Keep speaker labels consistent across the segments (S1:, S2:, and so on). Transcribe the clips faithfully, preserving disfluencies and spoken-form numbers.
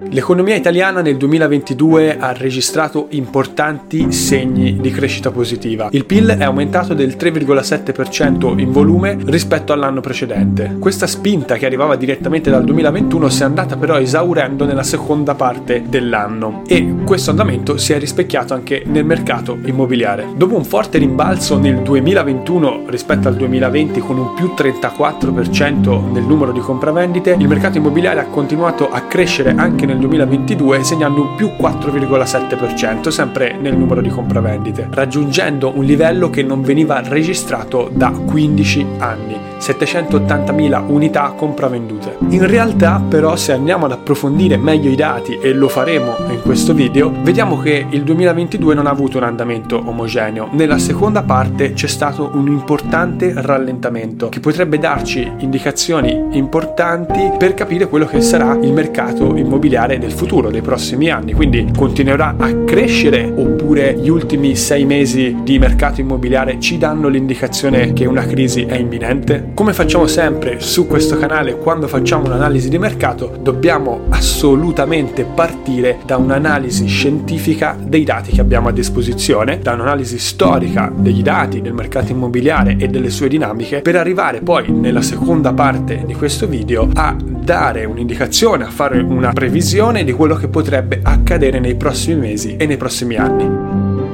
S1: L'economia italiana nel duemilaventidue ha registrato importanti segni di crescita positiva. Il P I L è aumentato del tre virgola sette per cento in volume rispetto all'anno precedente. Questa spinta che arrivava direttamente dal duemilaventuno si è andata però esaurendo nella seconda parte dell'anno e questo andamento si è rispecchiato anche nel mercato immobiliare. Dopo un forte rimbalzo nel duemilaventuno rispetto al duemilaventi con un più trentaquattro per cento nel numero di compravendite, il mercato immobiliare ha continuato a crescere anche nel duemilaventidue segnando un più quattro virgola sette per cento sempre nel numero di compravendite, raggiungendo un livello che non veniva registrato da quindici anni, settecentottantamila unità compravendute. In realtà però, se andiamo ad approfondire meglio i dati, e lo faremo in questo video, vediamo che il duemilaventidue non ha avuto un andamento omogeneo. Nella seconda parte c'è stato un importante rallentamento che potrebbe darci indicazioni importanti per capire quello che sarà il mercato immobiliare del futuro, dei prossimi anni. Quindi continuerà a crescere oppure gli ultimi sei mesi di mercato immobiliare ci danno l'indicazione che una crisi è imminente? Come facciamo sempre su questo canale quando facciamo un'analisi di mercato, dobbiamo assolutamente partire da un'analisi scientifica dei dati che abbiamo a disposizione, da un'analisi storica dei dati del mercato immobiliare e delle sue dinamiche, per arrivare poi nella seconda parte di questo video a dare un'indicazione, a fare una previsione di quello che potrebbe accadere nei prossimi mesi e nei prossimi anni.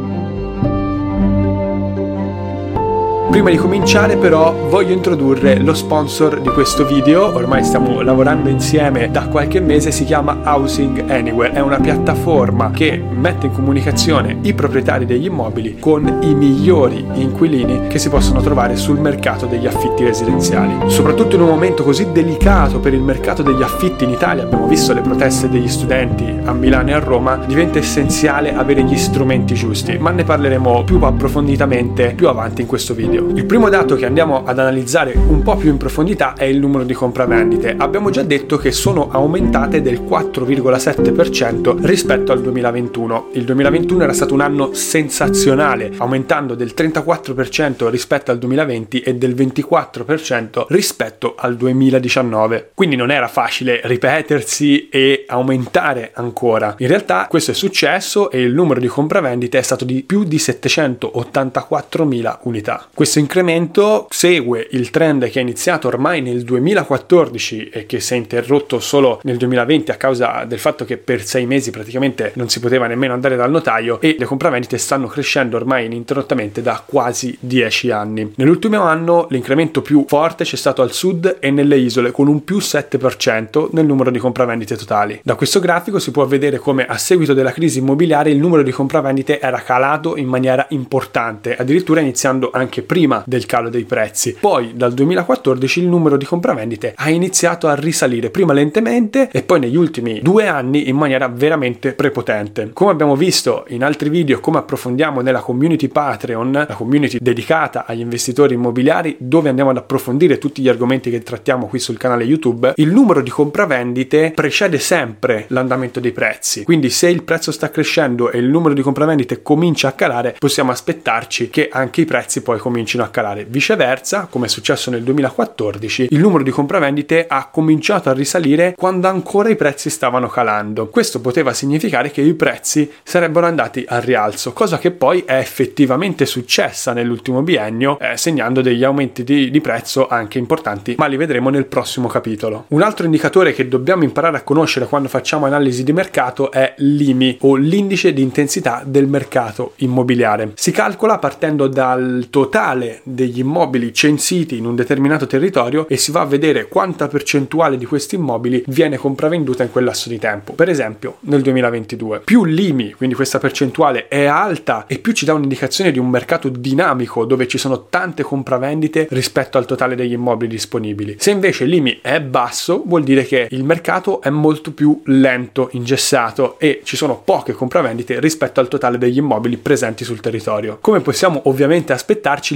S1: Prima di cominciare però voglio introdurre lo sponsor di questo video. Ormai stiamo lavorando insieme da qualche mese, si chiama Housing Anywhere, è una piattaforma che mette in comunicazione i proprietari degli immobili con i migliori inquilini che si possono trovare sul mercato degli affitti residenziali. Soprattutto in un momento così delicato per il mercato degli affitti in Italia, abbiamo visto le proteste degli studenti a Milano e a Roma, diventa essenziale avere gli strumenti giusti, ma ne parleremo più approfonditamente più avanti in questo video. Il primo dato che andiamo ad analizzare un po' più in profondità è il numero di compravendite. Abbiamo già detto che sono aumentate del quattro virgola sette per cento rispetto al duemilaventuno. Il duemilaventuno era stato un anno sensazionale, aumentando del trentaquattro per cento rispetto al duemilaventi e del ventiquattro per cento rispetto al duemiladiciannove. Quindi non era facile ripetersi e aumentare ancora. In realtà questo è successo e il numero di compravendite è stato di più di settecentottantaquattromila unità. Questo incremento segue il trend che è iniziato ormai nel duemilaquattordici e che si è interrotto solo nel duemilaventi a causa del fatto che per sei mesi praticamente non si poteva nemmeno andare dal notaio, e le compravendite stanno crescendo ormai ininterrottamente da quasi dieci anni. Nell'ultimo anno l'incremento più forte c'è stato al sud e nelle isole, con un più sette per cento nel numero di compravendite totali. Da questo grafico si può vedere come a seguito della crisi immobiliare il numero di compravendite era calato in maniera importante, addirittura iniziando anche prima del calo dei prezzi. Poi dal duemilaquattordici il numero di compravendite ha iniziato a risalire, prima lentamente e poi negli ultimi due anni in maniera veramente prepotente. Come abbiamo visto in altri video, come approfondiamo nella community Patreon, la community dedicata agli investitori immobiliari, dove andiamo ad approfondire tutti gli argomenti che trattiamo qui sul canale YouTube, il numero di compravendite precede sempre l'andamento dei prezzi. Quindi se il prezzo sta crescendo e il numero di compravendite comincia a calare, possiamo aspettarci che anche i prezzi poi comincino a calare. Viceversa, come è successo nel duemilaquattordici, il numero di compravendite ha cominciato a risalire quando ancora i prezzi stavano calando. Questo poteva significare che i prezzi sarebbero andati al rialzo, cosa che poi è effettivamente successa nell'ultimo biennio, eh, segnando degli aumenti di, di prezzo anche importanti, ma li vedremo nel prossimo capitolo. Un altro indicatore che dobbiamo imparare a conoscere quando facciamo analisi di mercato è l'I M I, o l'indice di intensità del mercato immobiliare. Si calcola partendo dal totale degli immobili censiti in un determinato territorio e si va a vedere quanta percentuale di questi immobili viene compravenduta in quel lasso di tempo. Per esempio nel duemilaventidue, più l'I M I, quindi questa percentuale, è alta e più ci dà un'indicazione di un mercato dinamico dove ci sono tante compravendite rispetto al totale degli immobili disponibili. Se invece l'I M I è basso, vuol dire che il mercato è molto più lento, ingessato, e ci sono poche compravendite rispetto al totale degli immobili presenti sul territorio. Come possiamo ovviamente aspettarci, l'I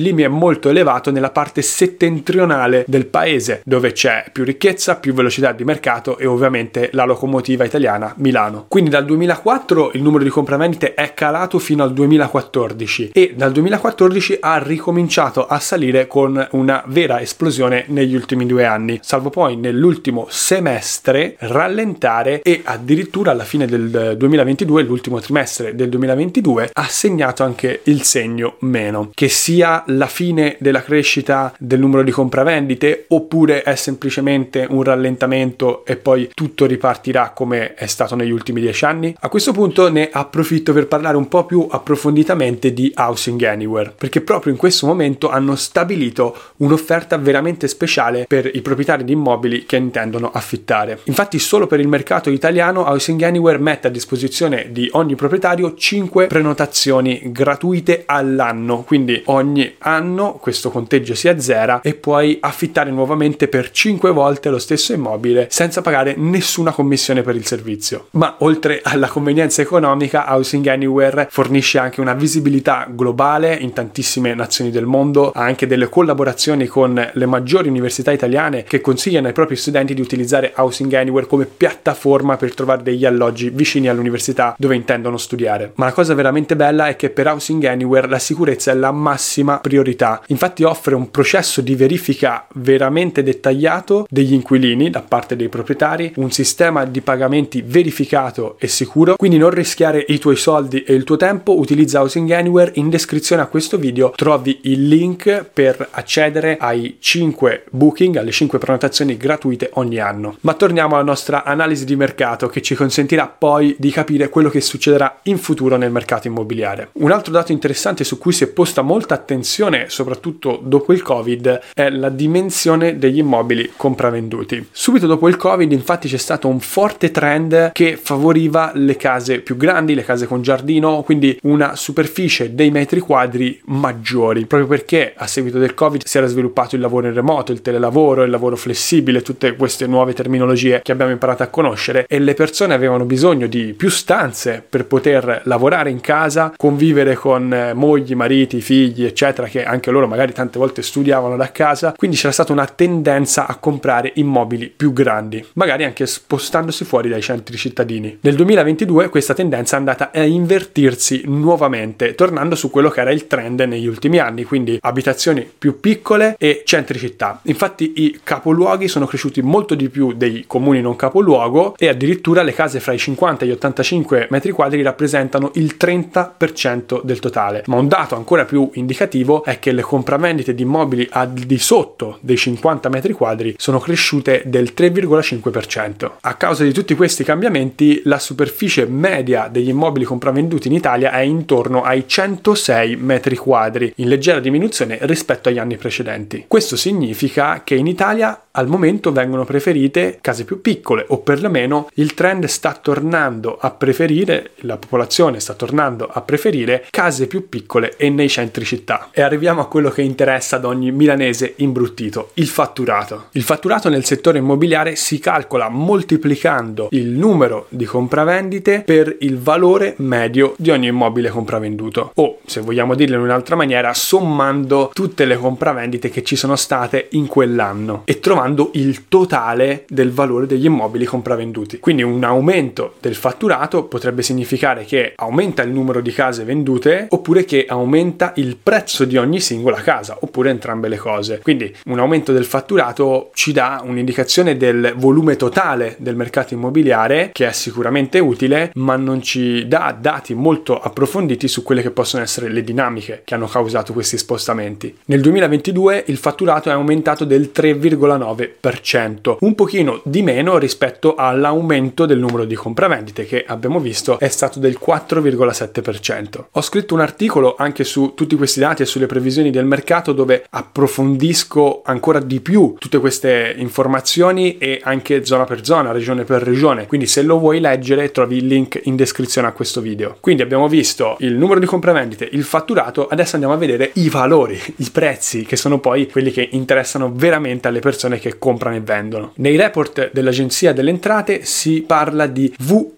S1: l'I M I è molto elevato nella parte settentrionale del paese, dove c'è più ricchezza, più velocità di mercato e ovviamente la locomotiva italiana Milano. Quindi dal duemilaquattro il numero di compravendite è calato fino al duemilaquattordici e dal duemilaquattordici ha ricominciato a salire con una vera esplosione negli ultimi due anni, salvo poi nell'ultimo semestre rallentare e addirittura alla fine del duemilaventidue, l'ultimo trimestre del duemilaventidue, ha segnato anche il segno meno. Che sia la fine della crescita del numero di compravendite oppure è semplicemente un rallentamento e poi tutto ripartirà come è stato negli ultimi dieci anni? A questo punto ne approfitto per parlare un po' più approfonditamente di Housing Anywhere, perché proprio in questo momento hanno stabilito un'offerta veramente speciale per i proprietari di immobili che intendono affittare. Infatti solo per il mercato italiano Housing Anywhere mette a disposizione di ogni proprietario cinque prenotazioni gratuite all'anno, quindi ogni anno questo conteggio si azzera e puoi affittare nuovamente per cinque volte lo stesso immobile senza pagare nessuna commissione per il servizio. Ma oltre alla convenienza economica, Housing Anywhere fornisce anche una visibilità globale in tantissime nazioni del mondo, ha anche delle collaborazioni con le maggiori università italiane che consigliano ai propri studenti di utilizzare Housing Anywhere come piattaforma per trovare degli alloggi vicini all'università dove intendono studiare. Ma la cosa veramente bella è che per Housing Anywhere la sicurezza è la massima priorità. Infatti offre un processo di verifica veramente dettagliato degli inquilini da parte dei proprietari, un sistema di pagamenti verificato e sicuro, quindi non rischiare i tuoi soldi e il tuo tempo. Utilizza Housing Anywhere. In descrizione a questo video trovi il link per accedere ai cinque booking, alle cinque prenotazioni gratuite ogni anno. Ma torniamo alla nostra analisi di mercato che ci consentirà poi di capire quello che succederà in futuro nel mercato immobiliare. Un altro dato interessante su cui si è posta molta attenzione, soprattutto dopo il Covid, è la dimensione degli immobili compravenduti. Subito dopo il Covid, infatti, c'è stato un forte trend che favoriva le case più grandi, le case con giardino, quindi una superficie dei metri quadri maggiori, proprio perché a seguito del Covid si era sviluppato il lavoro in remoto, il telelavoro, il lavoro flessibile, tutte queste nuove terminologie che abbiamo imparato a conoscere, e le persone avevano bisogno di più stanze per poter lavorare in casa, convivere con mogli, mariti, figli, eccetera, che anche loro magari tante volte studiavano da casa, quindi c'era stata una tendenza a comprare immobili più grandi, magari anche spostandosi fuori dai centri cittadini. Nel duemilaventidue questa tendenza è andata a invertirsi nuovamente, tornando su quello che era il trend negli ultimi anni, quindi abitazioni più piccole e centri città. Infatti i capoluoghi sono cresciuti molto di più dei comuni non capoluogo e addirittura le case fra i cinquanta e gli ottantacinque metri quadri rappresentano il trenta per cento del totale. Ma un dato ancora più indicativo è che le compravendite di immobili al di sotto dei cinquanta metri quadri sono cresciute del tre virgola cinque per cento. A causa di tutti questi cambiamenti, la superficie media degli immobili compravenduti in Italia è intorno ai centosei metri quadri, in leggera diminuzione rispetto agli anni precedenti. Questo significa che in Italia al momento vengono preferite case più piccole, o perlomeno il trend sta tornando a preferire, la popolazione sta tornando a preferire case più piccole e nei centri città. E arriviamo a quello che interessa ad ogni milanese imbruttito, il fatturato. Il fatturato nel settore immobiliare si calcola moltiplicando il numero di compravendite per il valore medio di ogni immobile compravenduto, o se vogliamo dirlo in un'altra maniera, sommando tutte le compravendite che ci sono state in quell'anno e trovando il totale del valore degli immobili compravenduti. Quindi un aumento del fatturato potrebbe significare che aumenta il numero di case vendute oppure che aumenta il prezzo di ogni singola casa, oppure entrambe le cose. Quindi un aumento del fatturato ci dà un'indicazione del volume totale del mercato immobiliare, che è sicuramente utile, ma non ci dà dati molto approfonditi su quelle che possono essere le dinamiche che hanno causato questi spostamenti. Nel duemilaventidue il fatturato è aumentato del tre virgola nove per cento, un pochino di meno rispetto all'aumento del numero di compravendite, che abbiamo visto è stato del quattro virgola sette per cento. Ho scritto un articolo anche su tutti questi dati e sulle previsioni del mercato, dove approfondisco ancora di più tutte queste informazioni e anche zona per zona, regione per regione, quindi se lo vuoi leggere trovi il link in descrizione a questo video. Quindi abbiamo visto il numero di compravendite, il fatturato, adesso andiamo a vedere i valori, i prezzi, che sono poi quelli che interessano veramente alle persone che comprano e vendono. Nei report dell'Agenzia delle Entrate si parla di V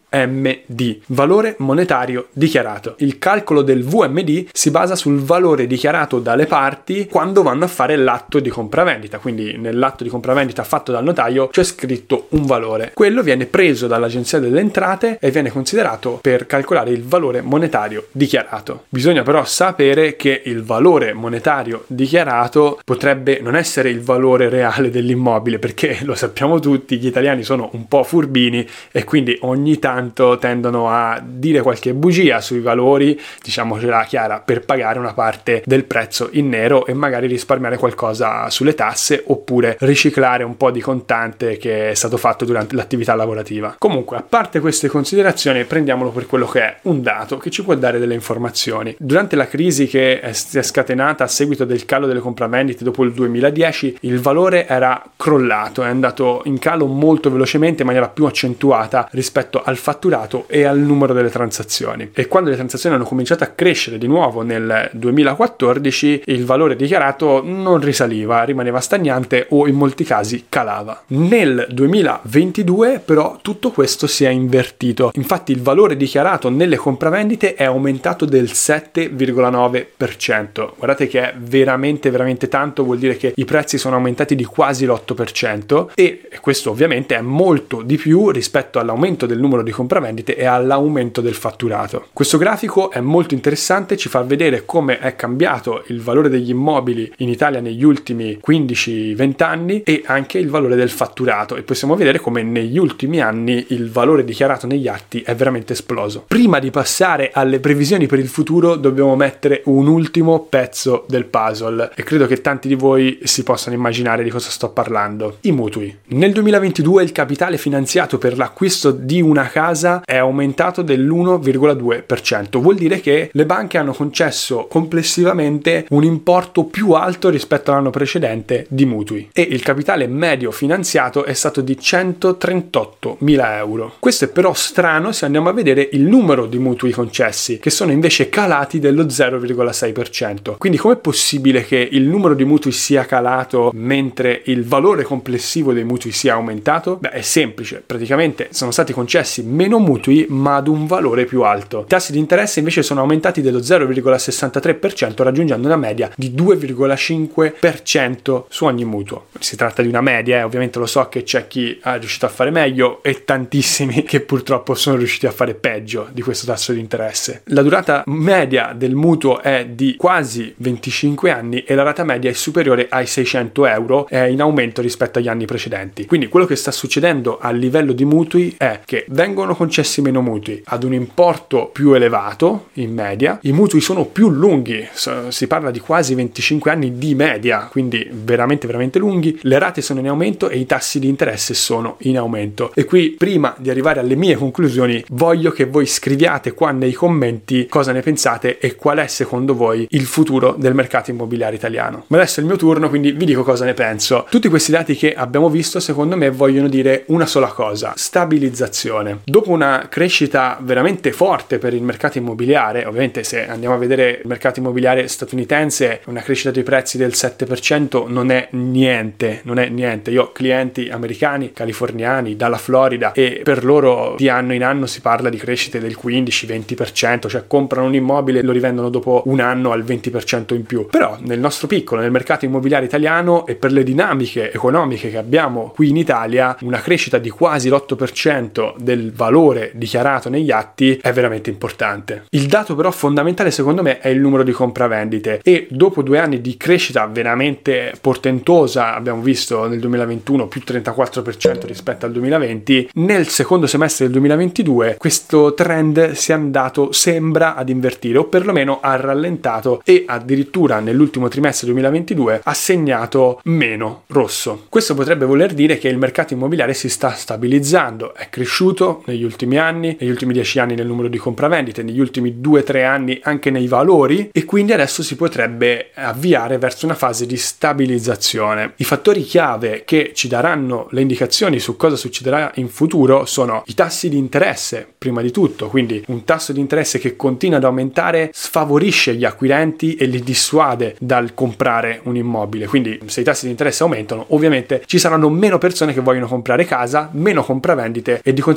S1: M D, valore monetario dichiarato. Il calcolo del V M D si basa sul valore dichiarato dalle parti quando vanno a fare l'atto di compravendita, quindi nell'atto di compravendita fatto dal notaio c'è scritto un valore. Quello viene preso dall'Agenzia delle Entrate e viene considerato per calcolare il valore monetario dichiarato. Bisogna però sapere che il valore monetario dichiarato potrebbe non essere il valore reale dell'immobile, perché lo sappiamo tutti, gli italiani sono un po' furbini e quindi ogni tanto tendono a dire qualche bugia sui valori, diciamocela chiara, per pagare una parte del prezzo in nero e magari risparmiare qualcosa sulle tasse oppure riciclare un po' di contante che è stato fatto durante l'attività lavorativa. Comunque, a parte queste considerazioni, prendiamolo per quello che è un dato che ci può dare delle informazioni. Durante la crisi che si è scatenata a seguito del calo delle compravendite dopo il duemiladieci, il valore era crollato, è andato in calo molto velocemente in maniera più accentuata rispetto al fatturato e al numero delle transazioni. E quando le transazioni hanno cominciato a crescere di nuovo nel duemilaquattordici, il valore dichiarato non risaliva, rimaneva stagnante o in molti casi calava. Nel duemilaventidue però tutto questo si è invertito. Infatti il valore dichiarato nelle compravendite è aumentato del sette virgola nove per cento. Guardate che è veramente veramente tanto, vuol dire che i prezzi sono aumentati di quasi l'otto per cento e questo ovviamente è molto di più rispetto all'aumento del numero di compravendite e all'aumento del fatturato. Questo grafico è molto interessante, ci fa vedere come è cambiato il valore degli immobili in Italia negli ultimi quindici venti anni e anche il valore del fatturato, e possiamo vedere come negli ultimi anni il valore dichiarato negli atti è veramente esploso. Prima di passare alle previsioni per il futuro dobbiamo mettere un ultimo pezzo del puzzle e credo che tanti di voi si possano immaginare di cosa sto parlando: i mutui. Nel duemilaventidue il capitale finanziato per l'acquisto di una casa è aumentato dell'uno virgola due per cento, vuol dire che le banche hanno concesso complessivamente un importo più alto rispetto all'anno precedente di mutui e il capitale medio finanziato è stato di centotrentottomila euro. Questo è però strano se andiamo a vedere il numero di mutui concessi, che sono invece calati dello zero virgola sei per cento. Quindi com'è possibile che il numero di mutui sia calato mentre il valore complessivo dei mutui sia aumentato? Beh, è semplice, praticamente sono stati concessi meno mutui ma ad un valore più alto. I tassi di interesse invece sono aumentati dello zero virgola sessantatré per cento, raggiungendo una media di due virgola cinque per cento su ogni mutuo. Si tratta di una media, eh. Ovviamente lo so che c'è chi è riuscito a fare meglio e tantissimi che purtroppo sono riusciti a fare peggio di questo tasso di interesse. La durata media del mutuo è di quasi venticinque anni e la rata media è superiore ai seicento euro, è in aumento rispetto agli anni precedenti. Quindi quello che sta succedendo a livello di mutui è che vengono concessi meno mutui ad un importo più elevato in media, i mutui sono più lunghi, si parla di quasi venticinque anni di media, quindi veramente veramente lunghi, le rate sono in aumento e i tassi di interesse sono in aumento. E qui, prima di arrivare alle mie conclusioni, voglio che voi scriviate qua nei commenti cosa ne pensate e qual è secondo voi il futuro del mercato immobiliare italiano. Ma adesso è il mio turno, quindi vi dico cosa ne penso. Tutti questi dati che abbiamo visto secondo me vogliono dire una sola cosa: stabilizzazione. Dopo una crescita veramente forte per il mercato immobiliare, ovviamente se andiamo a vedere il mercato immobiliare statunitense, una crescita dei prezzi del sette per cento non è niente, non è niente. Io ho clienti americani, californiani, dalla Florida, e per loro di anno in anno si parla di crescite del quindici venti per cento, cioè comprano un immobile e lo rivendono dopo un anno al venti per cento in più. Però nel nostro piccolo, nel mercato immobiliare italiano e per le dinamiche economiche che abbiamo qui in Italia, una crescita di quasi l'otto per cento del valore dichiarato negli atti è veramente importante. Il dato però fondamentale secondo me è il numero di compravendite, e dopo due anni di crescita veramente portentosa, abbiamo visto nel duemilaventuno più trentaquattro per cento rispetto al duemilaventi, nel secondo semestre del duemilaventidue questo trend si è andato, sembra, ad invertire, o perlomeno ha rallentato, e addirittura nell'ultimo trimestre duemilaventidue ha segnato meno rosso. Questo potrebbe voler dire che il mercato immobiliare si sta stabilizzando, è cresciuto negli ultimi anni, negli ultimi dieci anni nel numero di compravendite, negli ultimi due tre anni anche nei valori, e quindi adesso si potrebbe avviare verso una fase di stabilizzazione. I fattori chiave che ci daranno le indicazioni su cosa succederà in futuro sono i tassi di interesse, prima di tutto. Quindi un tasso di interesse che continua ad aumentare sfavorisce gli acquirenti e li dissuade dal comprare un immobile. Quindi se i tassi di interesse aumentano, ovviamente ci saranno meno persone che vogliono comprare casa, meno compravendite, e di conseguenza i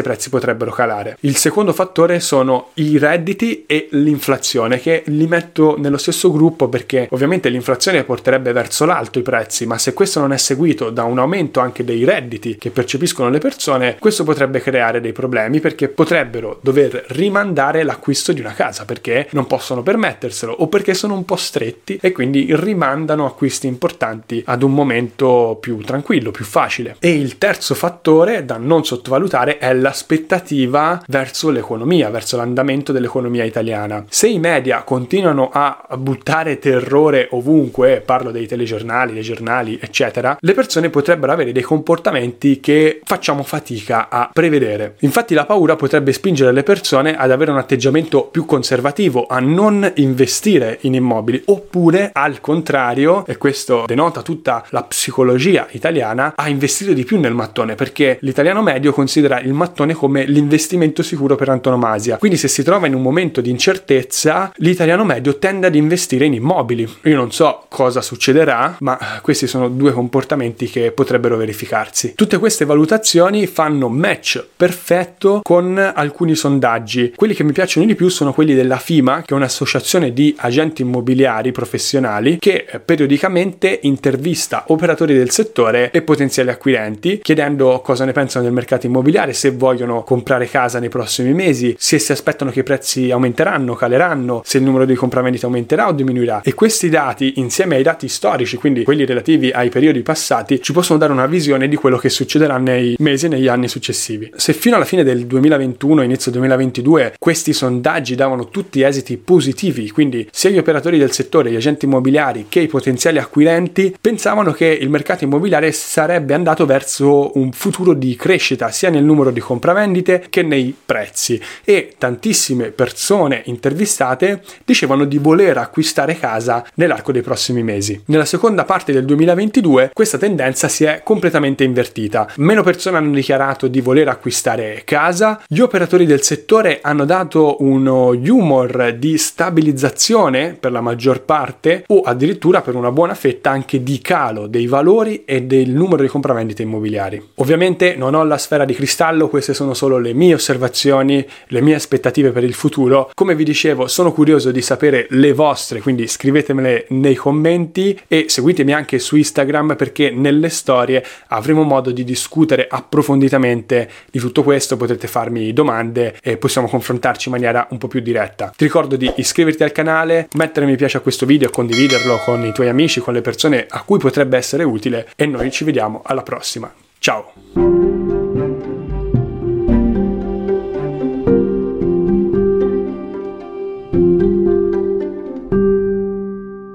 S1: prezzi potrebbero calare. Il secondo fattore sono i redditi e l'inflazione, che li metto nello stesso gruppo perché ovviamente l'inflazione porterebbe verso l'alto i prezzi, ma se questo non è seguito da un aumento anche dei redditi che percepiscono le persone, questo potrebbe creare dei problemi, perché potrebbero dover rimandare l'acquisto di una casa perché non possono permetterselo o perché sono un po' stretti e quindi rimandano acquisti importanti ad un momento più tranquillo, più facile. E il terzo fattore da non sottovalutare è l'aspettativa verso l'economia, verso l'andamento dell'economia italiana. Se i media continuano a buttare terrore ovunque, parlo dei telegiornali, dei giornali, eccetera, le persone potrebbero avere dei comportamenti che facciamo fatica a prevedere. Infatti la paura potrebbe spingere le persone ad avere un atteggiamento più conservativo, a non investire in immobili, oppure al contrario, e questo denota tutta la psicologia italiana, a investire di più nel mattone, perché l'italiano medio considera il mattone come l'investimento sicuro per antonomasia. Quindi se si trova in un momento di incertezza, l'italiano medio tende ad investire in immobili. Io non so cosa succederà, ma questi sono due comportamenti che potrebbero verificarsi. Tutte queste valutazioni fanno match perfetto con alcuni sondaggi. Quelli che mi piacciono di più sono quelli della FIMA, che è un'associazione di agenti immobiliari professionali che periodicamente intervista operatori del settore e potenziali acquirenti, chiedendo cosa ne pensano del mercato immobiliare, se vogliono comprare casa nei prossimi mesi, se si aspettano che i prezzi aumenteranno, caleranno, se il numero di compravendite aumenterà o diminuirà. E questi dati, insieme ai dati storici, quindi quelli relativi ai periodi passati, ci possono dare una visione di quello che succederà nei mesi e negli anni successivi. Se fino alla fine del duemilaventuno, inizio duemilaventidue, questi sondaggi davano tutti esiti positivi, quindi sia gli operatori del settore, gli agenti immobiliari che i potenziali acquirenti pensavano che il mercato immobiliare sarebbe andato verso un futuro di crescita sia nel numero di compravendite che nei prezzi, e tantissime persone intervistate dicevano di voler acquistare casa nell'arco dei prossimi mesi. Nella seconda parte del duemilaventidue questa tendenza si è completamente invertita. Meno persone hanno dichiarato di voler acquistare casa, gli operatori del settore hanno dato uno humor di stabilizzazione per la maggior parte, o addirittura per una buona fetta anche di calo dei valori e del numero di compravendite immobiliari. Ovviamente non ho la sfera di cristallo, queste sono solo le mie osservazioni, le mie aspettative per il futuro. Come vi dicevo, sono curioso di sapere le vostre, quindi scrivetemele nei commenti e seguitemi anche su Instagram, perché nelle storie avremo modo di discutere approfonditamente di tutto questo, potrete farmi domande e possiamo confrontarci in maniera un po' più diretta. Ti ricordo di iscriverti al canale, mettere mi piace a questo video e condividerlo con i tuoi amici, con le persone a cui potrebbe essere utile, e noi ci vediamo alla prossima. Ciao!